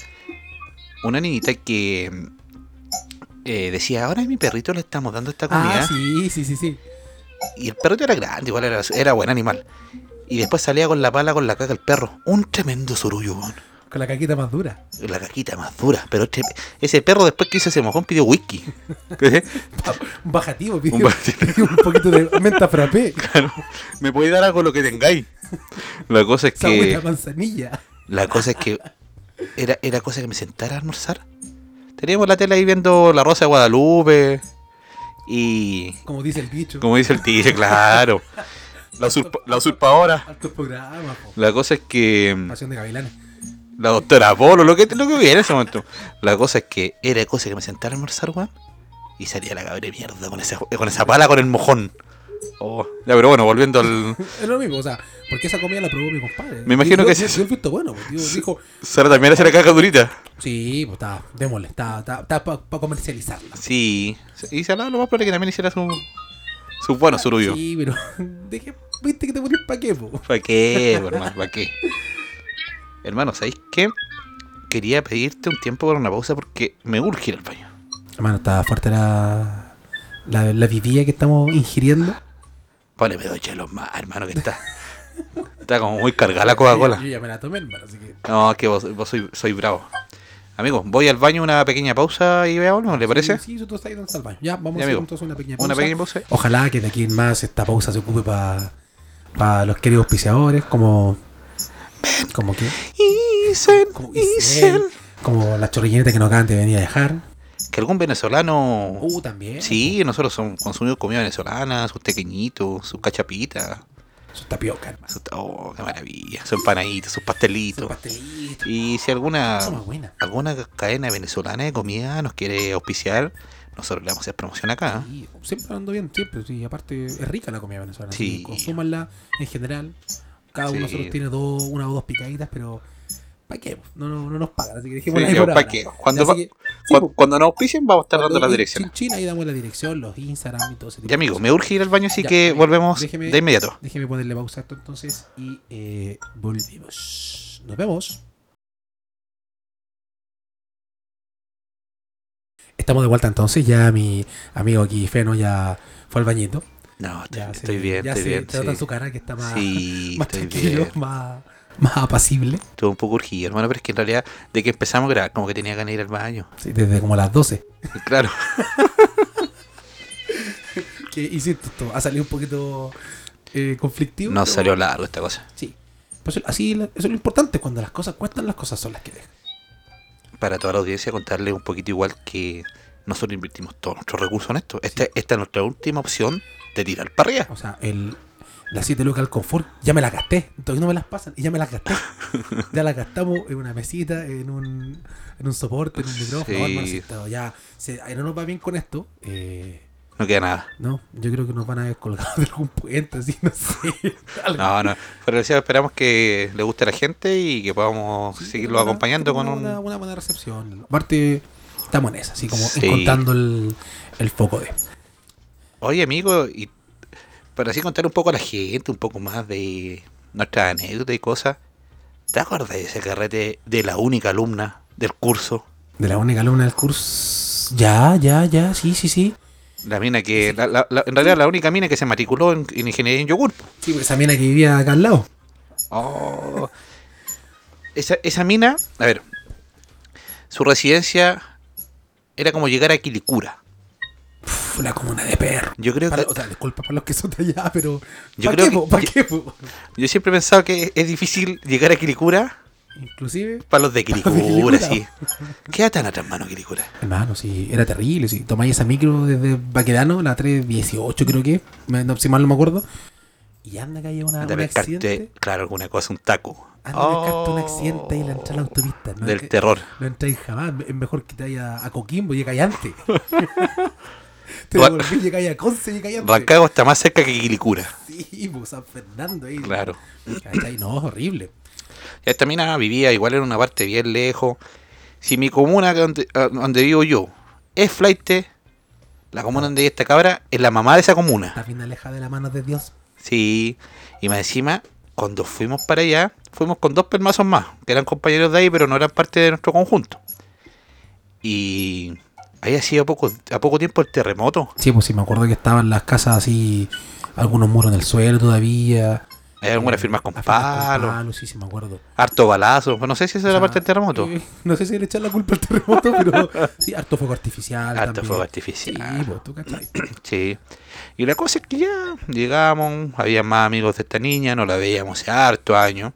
que decía, ahora a mi perrito le estamos dando esta comida. Ah, sí. Y el perrito era grande, igual era buen animal. Y después salía con la pala, con la caca el perro. Un tremendo sorullo, weón. Con la caquita más dura. La caquita más dura. Pero ese perro después que hizo ese mojón pidió whisky. Un bajativo, pidió, Un bajativo. pidió un poquito de menta frappé. Claro. Me podéis dar algo lo que tengáis. La cosa es Sagüita que. manzanilla. La cosa es que. Era cosa que me sentara a almorzar. Teníamos la tele ahí viendo La Rosa de Guadalupe. Y. Como dice el dicho. Como dice el tigre, claro. La usurpadora. Altos programas, po. La cosa es que. Pasión de Gavilanes. La doctora Polo, lo que hubiera en ese momento. La cosa es que era cosa que me sentara a almorzar, weón. Y salía la cabra de mierda con esa pala con el mojón. Oh, ya, pero bueno, volviendo al. Es lo mismo, o sea, porque esa comida la probó mi compadre. Me imagino que sí. sí. Dio el visto bueno, pues, dijo. Sara también hace la caja durita. Sí, pues está, démosle, está para comercializarla. Sí. Y se hablaba lo más probable que también hiciera su bueno surullo. Sí, pero viste que te pones pa' qué, po. ¿Para qué, hermano? ¿Para qué? Hermano, ¿sabéis qué? Quería pedirte un tiempo para una pausa porque me urge ir al baño. Hermano, está fuerte la vivía que estamos ingiriendo. Poneme 2 chelos más, hermano, que está. Está como muy cargada la Coca-Cola. Yo ya me la tomé, hermano, así que. No, es que vos soy bravo. Amigo, voy al baño, una pequeña pausa y veamos, ¿no le parece? Sí, tú estás ahí donde está el baño. Ya, vamos Ya, a hacer amigo. entonces una pequeña pausa. Una pequeña pausa. Ojalá que de aquí en más esta pausa se ocupe para los queridos auspiciadores, como que Isen. como las chorrillenetas que nos acaban de venir a dejar. Que algún venezolano. También. Sí, nosotros consumimos comida venezolana, sus tequeñitos, sus cachapitas. Sus tapioca, hermano. Oh, qué maravilla. Sus empanaditos, sus pastelitos. Sus pastelitos. Y si alguna Son más buenas. cadena venezolana de comida nos quiere auspiciar, nosotros le vamos a hacer promoción acá. Sí, siempre ando bien, siempre. Sí, aparte es rica la comida venezolana. Sí. Sí, consúmanla en general. Cada uno de Sí. nosotros tiene una o dos picaditas, pero ¿para qué? No nos pagan, así que Sí, dejémosla ahí por ¿para ahora. qué? Así que, sí, pues, Cuando nos auspicien vamos a estar dando cuando la dirección. China, ahí damos la dirección, los Instagram y todo ese tipo Ya, amigo, de me urge ir al baño, así Ya, que amigo, volvemos déjeme- de inmediato. cosas. Déjeme ponerle pausa a esto entonces y volvemos. Nos vemos. Estamos de vuelta entonces, ya mi amigo aquí Feno ya fue al bañito. No, Ya estoy bien, ya estoy se bien. nota en Sí, su cara que está más, sí, más estoy tranquilo, bien. más apacible. Estuve un poco urgido, hermano, pero es que en realidad, de que empezamos a grabar, como que tenía ganas de ir al baño. Sí, desde como las 12. Claro. Que hiciste esto, ha salido un poquito conflictivo. No pero- salió largo esta cosa. Sí. Pues así, eso es lo importante, cuando las cosas cuestan, las cosas son las que dejan. Para toda la audiencia, contarle un poquito igual que nosotros invertimos todos nuestros recursos en esto. Esta es nuestra última opción de tirar para arriba. O sea, las 7 lucas al confort, ya me las gasté. Todavía no me las pasan y ya me las gasté. Ya las gastamos en una mesita, en un soporte, en un micrófono. Sí. No, hermano, si esto ya no nos va bien con esto. No queda nada. No, yo creo que nos van a haber colgado de algún puente, así, no sé. Algo. No. Pero decía, esperamos que le guste a la gente y que podamos Sí, seguirlo acompañando con una un... buena recepción. Aparte, estamos en esa, así como Sí. encontrando el foco de. Oye, amigo, y para así contar un poco a la gente, un poco más de nuestras anécdotas y cosas. ¿Te acuerdas de ese carrete de la única alumna del curso? De la única alumna del curso. Ya, sí. La mina que... en realidad la única mina que se matriculó en ingeniería en yogur. Sí, porque esa mina que vivía acá al lado. Oh. Esa mina, a ver, su residencia era como llegar a Quilicura. Uf, la comuna de perro. Yo creo que... O sea, disculpa para los que son de allá, pero. Yo ¿Para creo qué, que- po? ¿Para qué, po? Yo siempre he pensado que es difícil llegar a Quilicura Inclusive. para los de Para los de Quilicura, Quilicura. sí. Queda tan atrás, mano, Quilicura. Hermano, sí, era terrible. Si tomáis esa micro desde Baquedano, la 318 creo que, si mal no me acuerdo, y anda que haya un De accidente. pescarte, claro, alguna cosa, un taco. Anda a pescarte un accidente y la entrada a la autopista. No, Del terror. No entráis jamás. Es mejor que te vayas a Coquimbo y llegáis antes. Te Ra- devolví y llegáis a Conce y llegáis antes. Rancagua está más cerca que Quilicura. Sí, pues San Fernando ahí. Claro. ¿Cachai? No, es horrible. Esta mina vivía igual en una parte bien lejos. Si mi comuna donde vivo yo es flaite, la comuna donde vive esta cabra es la mamá de esa comuna. Estás bien alejada de la mano de Dios. Sí, y más encima, cuando fuimos para allá, fuimos con 2 pelmazos más, que eran compañeros de ahí, pero no eran parte de nuestro conjunto. Y ahí hacía a poco tiempo el terremoto. Sí, pues sí, me acuerdo que estaban las casas así, algunos muros en el suelo todavía. Hay algunas firmas con palos. palos, sí, me acuerdo. Harto balazo. Pues no sé si esa es la parte del terremoto. No sé si le echan la culpa al terremoto, pero sí, harto fuego artificial. Harto también. fuego artificial. Sí, pues tú cachai. Sí. Y la cosa es que ya llegamos, había más amigos de esta niña, no la veíamos hace harto años.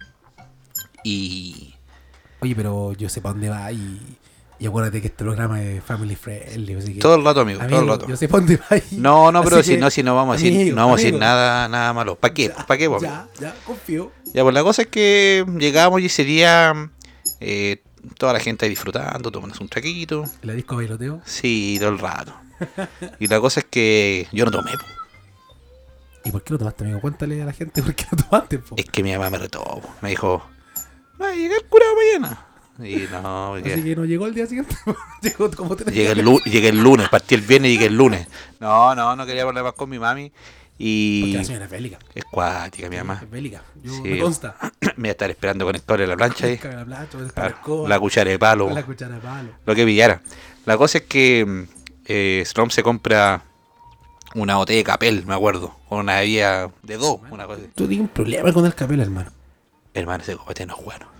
Y Oye, pero yo sé para dónde va y acuérdate que este programa es family friendly. Así que, todo el rato, amigo, todo el rato. yo sé para dónde va No, pero así que, si no vamos a decir, amigo, no vamos a decir amigo. nada malo. ¿Para qué? Ya, ¿Para qué, po? Ya, confío. Ya, pues la cosa es que llegamos y ese día toda la gente ahí disfrutando, tomándose un traquito. ¿La disco bailoteo? Sí, todo el rato. Y la cosa es que yo no tomé, po. ¿Y por qué lo tomaste, amigo? Cuéntale a la gente por qué lo tomaste, po. Es que mi mamá me retó, po. Me dijo, va a llegar curado mañana. Y no, Así porque que no llegó el día siguiente. Llegó como te llegué el lunes, partí el viernes y llegué el lunes. No quería hablar más con mi mami. Porque la Y señora es bélica. es cuática, mi mamá. Es bélica. Yo Sí. me consta. Me voy a estar esperando con el cable de la plancha ahí. Caga la plancha, La, la escoba, la cuchara de palo, la cuchara de palo. lo que pillara. La cosa es que Slom se compra una botella de Capel, me acuerdo. Con una bebida de dos, una cosa así. Tú tienes un problema con el capel, hermano. Hermano, ese copete no es bueno.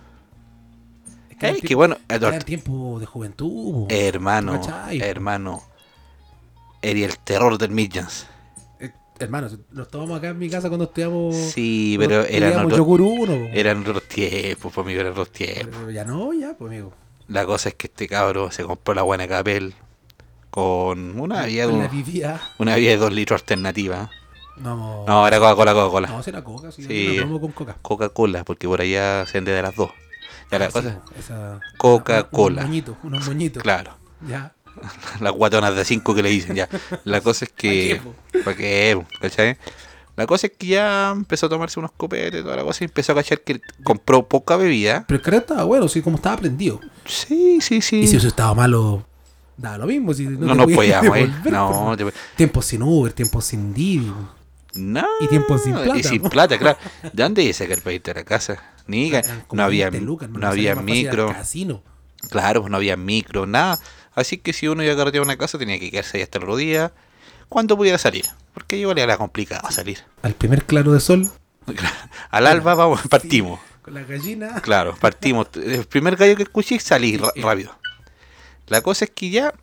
Era Qué bueno. Era tiempo de juventud. Po. Hermano, ¿Cachai? hermano. Era el terror del Midlands. Hermano, los tomamos acá en mi casa cuando estudiamos. Sí, pero eran otros, yogur uno. Po. eran otros tiempos, pues, amigo, eran otros tiempos. Pero ya no, ya, pues, amigo. La cosa es que este cabro se compró la buena Capel con una bebida Con la vivía. de 2 litros alternativa. No, No, era Coca-Cola. no, será coca, sí. Sí. Yo tomo con coca. Coca-Cola, porque por allá se vende de las dos. Ya la cosa, Sí, esa, Coca-Cola. Unos moñitos. claro, Ya. las guatonas de 5 que le dicen ya. La cosa es que... ¿Para qué? ¿Cachai? La cosa es que ya empezó a tomarse unos copetes, toda la cosa, y empezó a cachar que compró poca bebida. Pero el carrete estaba bueno, sí, como estaba prendido. Sí. Y si eso estaba malo, da lo mismo. Si No te nos podías podíamos ir. devolver, No, pues. Tiempos sin Uber, tiempos sin Didi. no. Y tiempos sin plata, Y sin ¿no? plata, claro. ¿De dónde iba a sacar para irte a la casa? Niga, Eran como no había, 20 lucas, hermano, no había salía más fácil ir al micro. casino. Claro, pues no había micro, nada. Así que si uno iba a carretear una casa, tenía que quedarse ahí hasta el otro día. ¿Cuándo pudiera salir? Porque igual era complicado salir. Al primer claro de sol, Al alba vamos, partimos. con la gallina. Claro, partimos. El primer gallo que escuché salí rápido. La cosa es que ya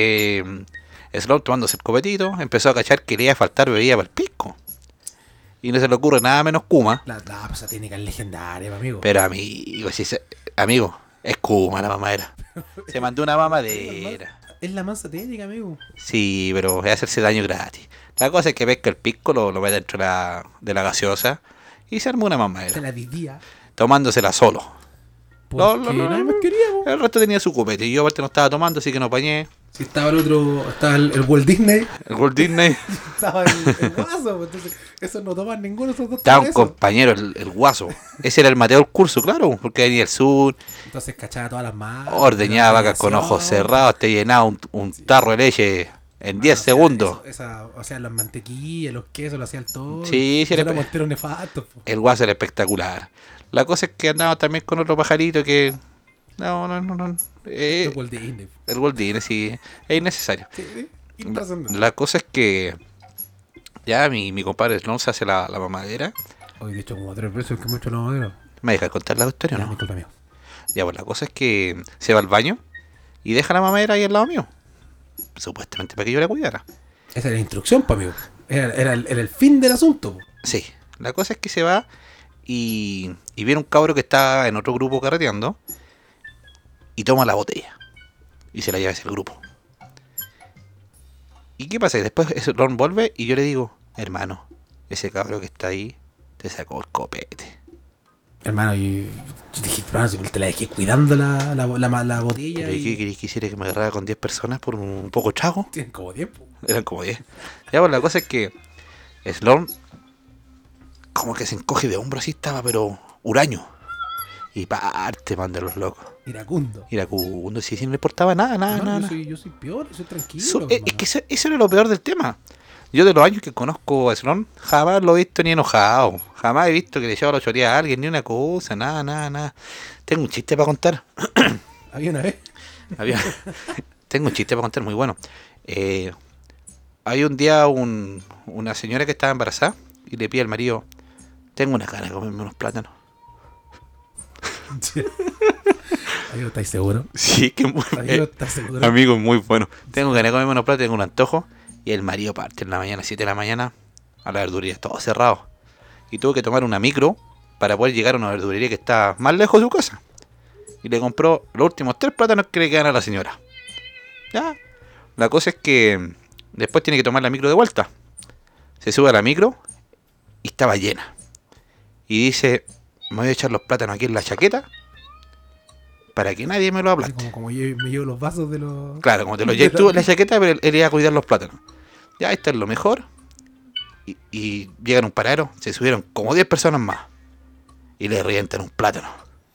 Sloan tomándose el copetito empezó a cachar que le iba a faltar bebida para el pisco. Y no se le ocurre nada menos Kuma. Pues esa técnica es legendaria, amigo. Pero amigo, es Kuma la mamadera. Se mandó una mamadera. Es la mansa técnica, amigo. Sí, pero es hacerse daño gratis. La cosa es que pesca el pisco, lo mete dentro de la gaseosa y se armó una Se mamadera. la vivía. Tomándosela solo. Porque nadie más quería, po. El resto tenía su copete y yo aparte no estaba tomando, así que no apañé. Si estaba el otro, estaba el Walt Disney, El Walt Disney. estaba el Guaso, pues, entonces esos no toman ninguno de esos dos. Estaba un toman eso. compañero, el guaso. Ese era el Mateo del curso, claro, porque venía del sur, Entonces cachaba todas las manos. ordeñaba vacas con ojos cerrados, te llenaba un tarro de leche en 10 segundos. O sea, las mantequillas, los quesos, lo hacía el todo. Sí, sí, era era- montero nefasto. Po. El guaso era espectacular. La cosa es que andaba también con otro pajarito que... No. El Walt Disney. Po. El Walt Disney, sí, es innecesario. Sí, intrascendente. La cosa es que ya mi compadre Sloan se hace la mamadera. Hoy, de hecho, como 3 veces que me he hecho la madera. ¿Me deja contar la historia o Ya, no? disculpa, amigo. Ya, pues la cosa es que se va al baño y deja la mamadera ahí al lado mío. Supuestamente para que yo la cuidara. Esa era la instrucción, pa, amigo. Era el fin del asunto. Po. Sí, la cosa es que se va y viene un cabro que está en otro grupo carreteando y toma la botella y se la lleva hacia el grupo. ¿Y qué pasa? Que después Ron vuelve y yo le digo, hermano, ese cabro que está ahí te sacó el copete. Hermano, y yo dije, hermano, si te la dejé cuidando la botella. ¿Pero qué queréis que hiciera que me agarrara con 10 personas por un poco trago? Tienen como tiempo. Eran como 10. Ya, pues la cosa es que Sloan como que se encoge de hombro así estaba, pero huraño. Y parte, man, de los locos. Iracundo. Iracundo, si no le importaba nada. Hermano, yo soy peor, soy tranquilo. Es que eso era lo peor del tema. Yo de los años que conozco a Sloan, jamás lo he visto ni enojado. Jamás he visto que le echaba la choría a alguien, ni una cosa, nada. Tengo un chiste para contar. Había una vez. Tengo un chiste para contar muy bueno. Hay un día una señora que estaba embarazada y le pide al marido, Tengo una cara de comerme unos plátanos. Amigo, ¿estáis seguro? Sí, que muy Amigo, ¿estás seguro? amigo, muy bueno. Tengo ganas de comerme unos plátanos, tengo un antojo. Y el marido parte en la mañana, 7 de la mañana, a la verdulería, todo cerrado. Y tuve que tomar una micro para poder llegar a una verdulería que está más lejos de su casa. Y le compró los últimos 3 plátanos que le quedan a la señora. Ya. La cosa es que después tiene que tomar la micro de vuelta. Se sube a la micro y estaba llena. Y dice, me voy a echar los plátanos aquí en la chaqueta para que nadie me lo Así aplaste. como yo me llevo los vasos de los... Claro, como te lo llevas tú en la chaqueta, pero él iba a cuidar los plátanos. Ya, esto es lo mejor. Y llegan a un paradero, se subieron como 10 personas más. Y le revientan un plátano.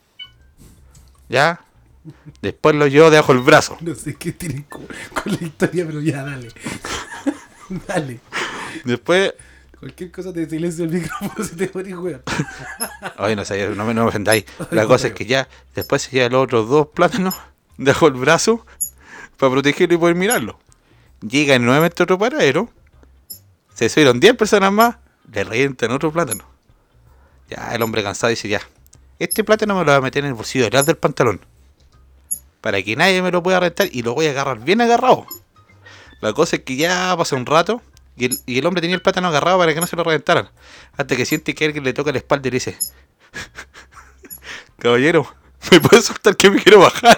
Ya. Después lo llevo debajo del brazo. No sé qué tienen con la historia, pero ya, dale. Dale. Después, Cualquier cosa te silencio el micrófono si te pones weón. ay, no sé, no me ofendáis. La cosa es que ya, después se lleva los otros 2 plátanos debajo del brazo para protegerlo y poder mirarlo. Llegan nuevamente a otro paradero. Se subieron 10 personas más, le revientan otro plátano. Ya, el hombre cansado dice, ya, este plátano me lo voy a meter en el bolsillo detrás del pantalón. Para que nadie me lo pueda rentar y lo voy a agarrar bien agarrado. La cosa es que ya pasa un rato y el hombre tenía el plátano agarrado para que no se lo reventaran. Hasta que siente que alguien le toca la espalda y le dice, caballero, ¿me puedes soltar que me quiero bajar?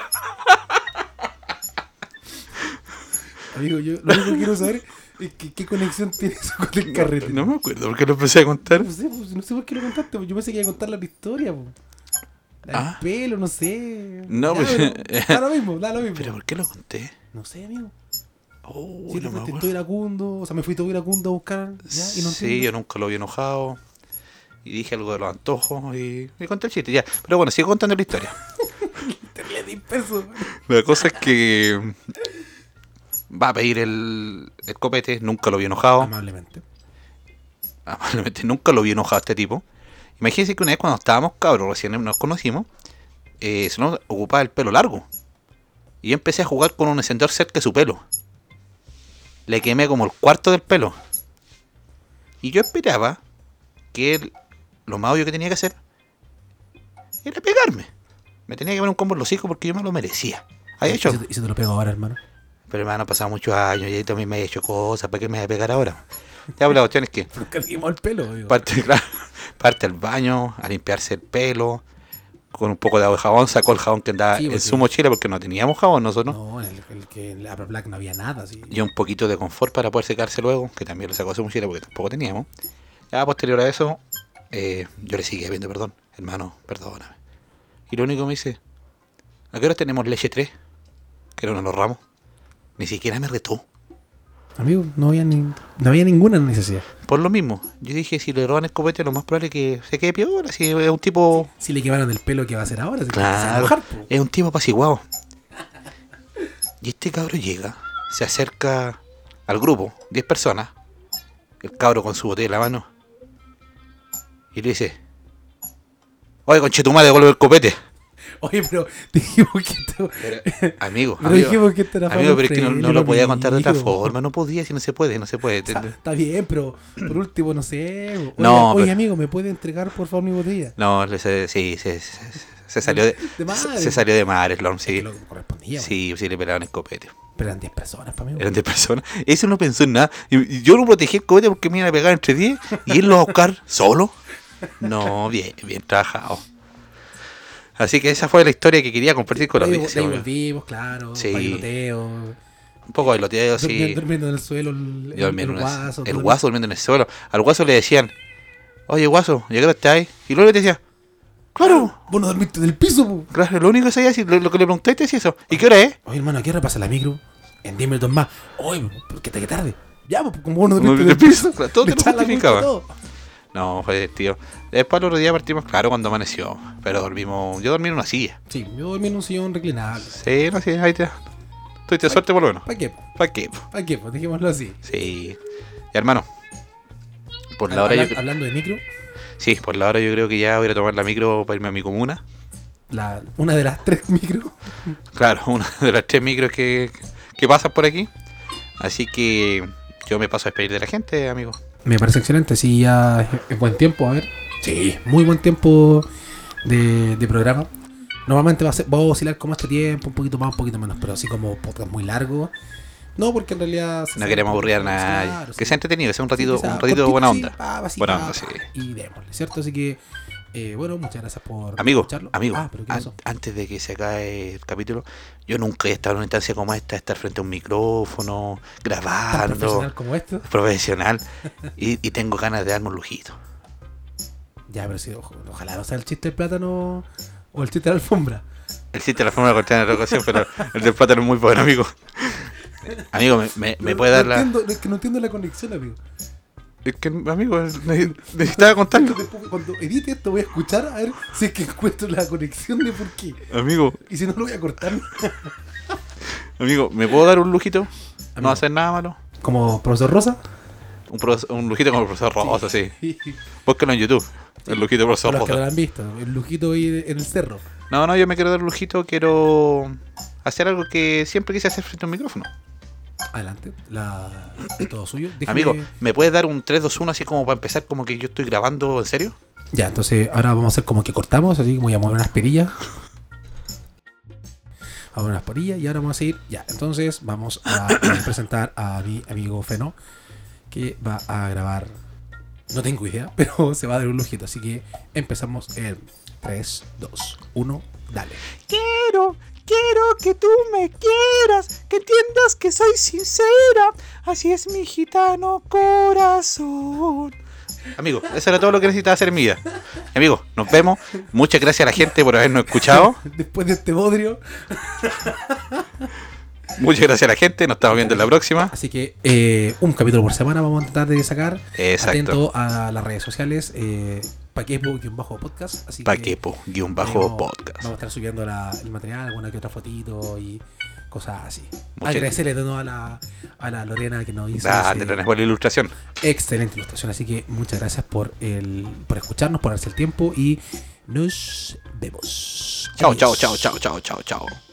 Amigo, yo lo único que quiero saber es que, qué conexión tiene eso con el carrete. No me acuerdo porque lo empecé a contar. No sé, pues, no sé por qué lo contaste, pues, yo pensé que iba a contar la historia, pues. El Ah. pelo, no sé. No, Ya, pues, pero da lo mismo, da lo mismo. ¿Pero por qué lo conté? No sé, amigo. Oh, Si no me te acuerdo. estoy iracundo, o sea, me fui todo iracundo a buscar, ¿ya? Y no Sí, entiendo. yo nunca lo vi enojado. Y dije algo de los antojos y conté el chiste, ya. Pero bueno, sigo contando la historia. Te le di peso. La cosa es que va a pedir el copete, nunca lo vi enojado. Amablemente. Amablemente, nunca lo vi enojado a este tipo. Imagínense que una vez cuando estábamos cabros, recién nos conocimos, se nos ocupaba el pelo largo. Y yo empecé a jugar con un encendedor cerca de su pelo. Le quemé como el cuarto del pelo. Y yo esperaba que él, lo más obvio que tenía que hacer era pegarme. Me tenía que poner un combo en los hijos porque yo me lo merecía. Había hecho. ¿Y se te lo pego ahora, hermano? Pero me han pasado muchos años y ahí también me he hecho cosas. ¿Para qué me voy a pegar ahora? Ya, pues la cuestión es que Porque le quemó el pelo, digo. parte al baño a limpiarse el pelo con un poco de agua de jabón. Sacó el jabón que andaba Sí, en porque- su mochila porque no teníamos jabón nosotros. No, el que en la Upper Black no había nada, así. Y un poquito de confort para poder secarse luego, que también lo sacó de su mochila porque tampoco teníamos. Ya posterior a eso, yo le seguía pidiendo perdón. Hermano, perdóname. Y lo único que me dice, ¿a qué hora tenemos leche 3? Que era uno de los ramos. Ni siquiera me retó. Amigo, no había ninguna necesidad. Por lo mismo, yo dije, si le roban el copete, lo más probable es que se quede piola. Si es un tipo... Si le quemaron el pelo, ¿qué va a hacer ahora? Se va a Claro, enojar, po. es un tipo apaciguado. Y este cabro llega, se acerca al grupo, 10 personas, el cabro con su botella en la mano, y le dice, oye, conchetumare, devuelve el copete. Oye, pero dijimos que esto... Pero, amigo, Pero dijimos que esto era amigo, pero es que no, entre no lo podía contar de otra amigos. forma, no podía, si no se puede. Está bien, pero por último, no sé. Oye, No, oye pero- amigo, ¿me puede entregar por favor mi botella? No, sí, se salió de, De madre. se salió de madre, Slorm, Que sí. lo correspondía. po. Sí, sí le pelaban el copete. Pero eran 10 personas, para mí. Eran de personas. Ese no pensó en nada. Y yo lo protegí el copete porque me iban a pegar entre 10 y él lo va a buscar solo. No, bien trabajado. Así que esa fue la historia que quería compartir con la De audiencia. ahí weón. volvimos, claro. Sí. Bailoteo. Un poco de loteo, sí. Durmiendo en el suelo. Yo dormí en el guaso. el todo guaso durmiendo en el suelo. Al guaso le decían, oye guaso, ¿ya que estás ahí? Y luego le decía, claro, Vos no dormiste en el piso, po. claro, lo único que sabía es lo que le preguntaste es eso. ¿Y qué hora es? Oye, hermano, ¿a qué hora pasa la micro? En 10 minutos más. Oye, ¿por qué te qué tarde? Ya, pues, como vos no No, dormiste en del el piso. piso, claro, todo le te lo echaba la culpa a justificaba. todo. No, fue tío. Después al otro día partimos, claro, cuando amaneció. Pero dormimos, yo dormí en una silla. Sí, yo dormí en un sillón reclinable. Sí, no sé, ahí te... Tuviste suerte por lo menos. ¿Para qué? ¿Para qué? ¿Para qué? Pues dejémoslo así. Sí. Y hermano, por la hora yo... Hablando de micro, Sí, por la hora yo creo que ya voy a ir a tomar la micro para irme a mi comuna. una de las 3 micros. Claro, una de las 3 micros que pasan por aquí. Así que yo me paso a despedir de la gente, amigo. Me parece excelente, sí, ya es buen tiempo. A ver, Sí, muy buen tiempo de programa. Normalmente va a oscilar como este tiempo, un poquito más, un poquito menos, pero así como podcast muy largo. No, porque en realidad... No queremos aburrir a nadie. Claro, Que sí. sea entretenido, que sea un ratito, Sí, un ratito de buena onda. sí, Buena onda, sí. Y démosle, ¿cierto? Así que, bueno, muchas gracias por Amigo, escucharlo. amigo, Pero ¿qué pasó? antes de que se acabe el capítulo, yo nunca he estado en una instancia como esta, de estar frente a un micrófono, Tan grabando, profesional como esto. profesional, y tengo ganas de darme un lujito. Ya, pero sí, ojalá no sea el chiste del plátano o el chiste de la alfombra. El chiste de la forma de cortar en otra ocasión, pero el del plátano es muy bueno, amigo. Amigo, ¿me puede dar la...? Es que no entiendo la conexión, amigo. Es que, amigo, necesitaba contarlo. Después, cuando edite esto voy a escuchar a ver si es que encuentro la conexión de por qué. Amigo, Y si no, lo voy a cortar. amigo, ¿me puedo dar un lujito? No Amigo. hacer nada malo. Como profesor Rosa. Un lujito como el profesor Rosa, sí. Búsquenlo en YouTube. El lujito del profesor Para los que no lo Rosa. han visto, el lujito ahí en el cerro. No, yo me quiero dar un lujito. Quiero hacer algo que siempre quise hacer frente a un micrófono. Adelante, todo suyo. Déjame- Amigo, ¿me puedes dar un 3-2-1 así como para empezar como que yo estoy grabando en serio? Ya, entonces ahora vamos a hacer como que cortamos, así como voy a mover unas perillas. Vamos a mover unas perillas y ahora vamos a seguir. Ya, entonces vamos a presentar a mi amigo Feno, que va a grabar. No tengo idea, pero se va a dar un lujito. Así que empezamos en 3, 2, 1, dale. Quiero que tú me quieras, que entiendas que soy sincera. Así es mi gitano corazón. Amigo, eso era todo lo que necesitaba hacer en mi vida. Amigo, nos vemos. Muchas gracias a la gente por habernos escuchado. Después de este bodrio. Muchas gracias a la gente. Nos estamos viendo en la próxima. Así que un capítulo por semana vamos a tratar de sacar. Exacto. Atento a las redes sociales. Paquepo-podcast. Así que Paquepo-podcast. vamos a estar subiendo el material, alguna que otra fotito y cosas así. Muchas Agradecerle de nuevo a la Lorena que nos hizo Dale, gracias por la ilustración. excelente ilustración. Así que muchas gracias por escucharnos, por darse el tiempo y nos vemos. Chao, Adiós. chao, chao, chao, chao, chao, chao.